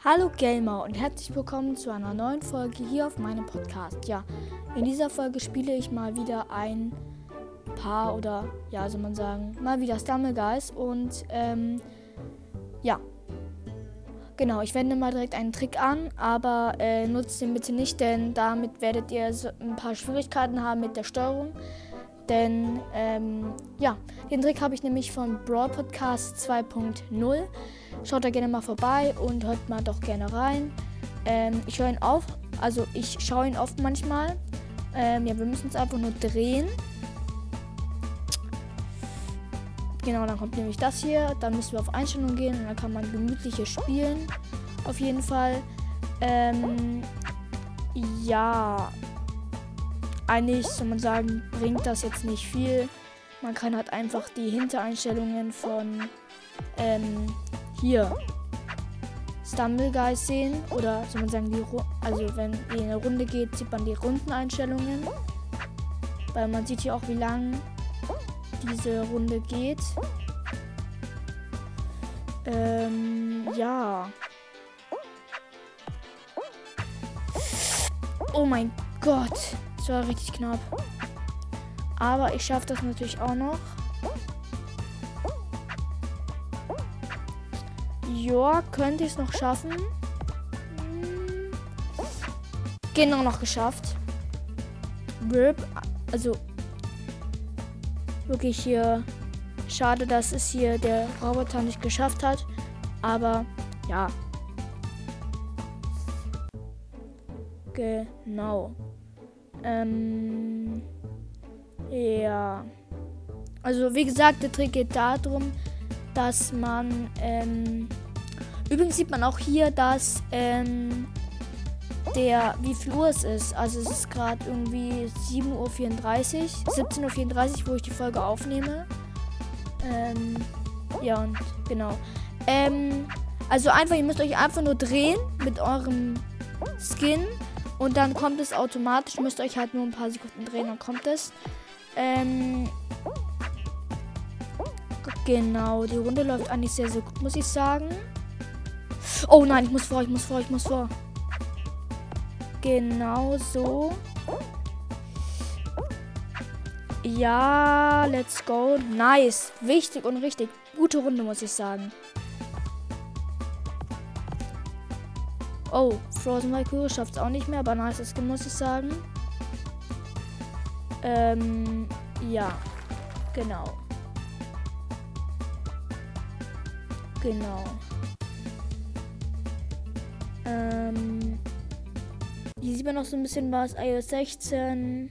Hallo Gamer und herzlich willkommen zu einer neuen Folge hier auf meinem Podcast. Ja, in dieser Folge spiele ich mal wieder ein paar oder ja, soll man sagen, mal wieder Stumbleguys und ja, genau, ich wende mal direkt einen Trick an, aber nutzt den bitte nicht, denn damit werdet ihr so ein paar Schwierigkeiten haben mit der Steuerung. Denn ja, den Trick habe ich nämlich von Brawl Podcast 2.0. Schaut da gerne mal vorbei und hört mal doch gerne rein. Ich höre ihn auf, also ich schaue ihn oft manchmal. Ja, wir müssen es einfach nur drehen. Genau, dann kommt nämlich das hier. Dann müssen wir auf Einstellungen gehen und dann kann man gemütliches spielen. Auf jeden Fall. Ja. Eigentlich, soll man sagen, bringt das jetzt nicht viel. Man kann halt einfach die Hintereinstellungen von hier Stumbleguys sehen. Oder soll man sagen, also wenn ihr in eine Runde geht, sieht man die Rundeneinstellungen. Weil man sieht hier auch, wie lang diese Runde geht. Ja. Oh mein Gott. Das war richtig knapp. Aber ich schaffe das natürlich auch noch. Ja, könnte ich es noch schaffen. Genau, noch geschafft. Also wirklich hier schade, dass es hier der Roboter nicht geschafft hat. Aber ja. Genau. Ja. Also wie gesagt, der Trick geht darum, dass man übrigens sieht man auch hier, dass wie viel Uhr es ist. Also es ist gerade irgendwie 17:34 Uhr, wo ich die Folge aufnehme. Ja, und genau. Also einfach, ihr müsst euch einfach nur drehen mit eurem Skin. Und dann kommt es automatisch. Müsst euch halt nur ein paar Sekunden drehen, dann kommt es. Genau, die Runde läuft eigentlich sehr, sehr gut, muss ich sagen. Oh nein, ich muss vor. Genau so. Ja, let's go. Nice. Wichtig und richtig. Gute Runde, muss ich sagen. Oh, Frozen Valkyrie schafft es auch nicht mehr, aber nice Skin, muss ich sagen. Ja. Genau. Hier sieht man noch so ein bisschen was. iOS 16.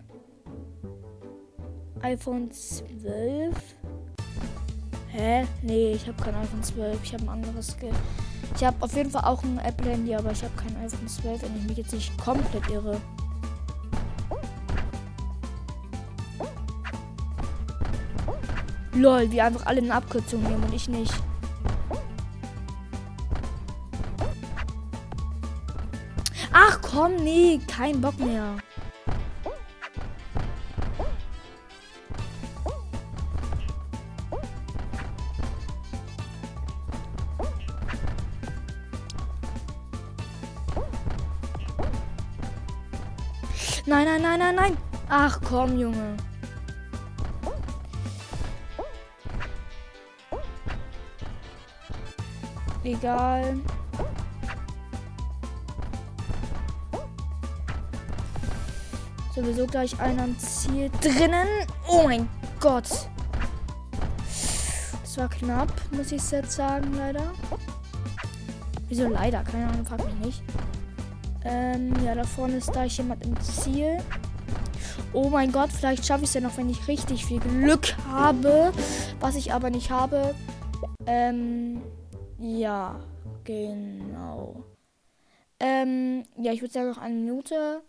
iPhone 12. Hä? Nee, ich habe kein iPhone 12. Ich habe ein anderes Ich habe auf jeden Fall auch ein Apple-Handy, aber ich habe kein iPhone 12, wenn ich mich jetzt nicht komplett irre. Lol, wie einfach alle eine Abkürzung nehmen und ich nicht. Ach komm, nee, kein Bock mehr. Nein. Ach komm, Junge. Egal. Sowieso gleich einer am Ziel drinnen. Oh mein Gott. Das war knapp, muss ich jetzt sagen, leider. Wieso leider? Keine Ahnung, frag mich nicht. Ja, da vorne ist gleich jemand im Ziel. Oh mein Gott, vielleicht schaffe ich es ja noch, wenn ich richtig viel Glück habe. Was ich aber nicht habe. Ja, genau. Ja, ich würde sagen, noch eine Minute.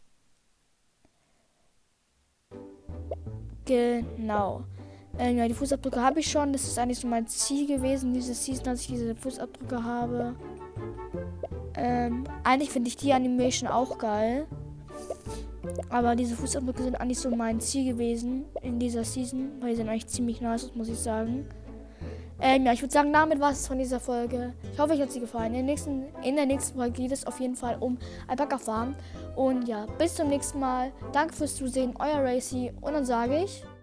Genau. Ja, die Fußabdrücke habe ich schon. Das ist eigentlich so mein Ziel gewesen, diese Season, dass ich diese Fußabdrücke habe. Eigentlich finde ich die Animation auch geil. Aber diese Fußabdrücke sind eigentlich so mein Ziel gewesen in dieser Season. Weil die sind eigentlich ziemlich nice, muss ich sagen. Ja, ich würde sagen, damit war es von dieser Folge. Ich hoffe, euch hat sie gefallen. In der nächsten Folge geht es auf jeden Fall um Alpaka Farm. Und ja, bis zum nächsten Mal. Danke fürs Zusehen, euer Racy. Und dann sage ich...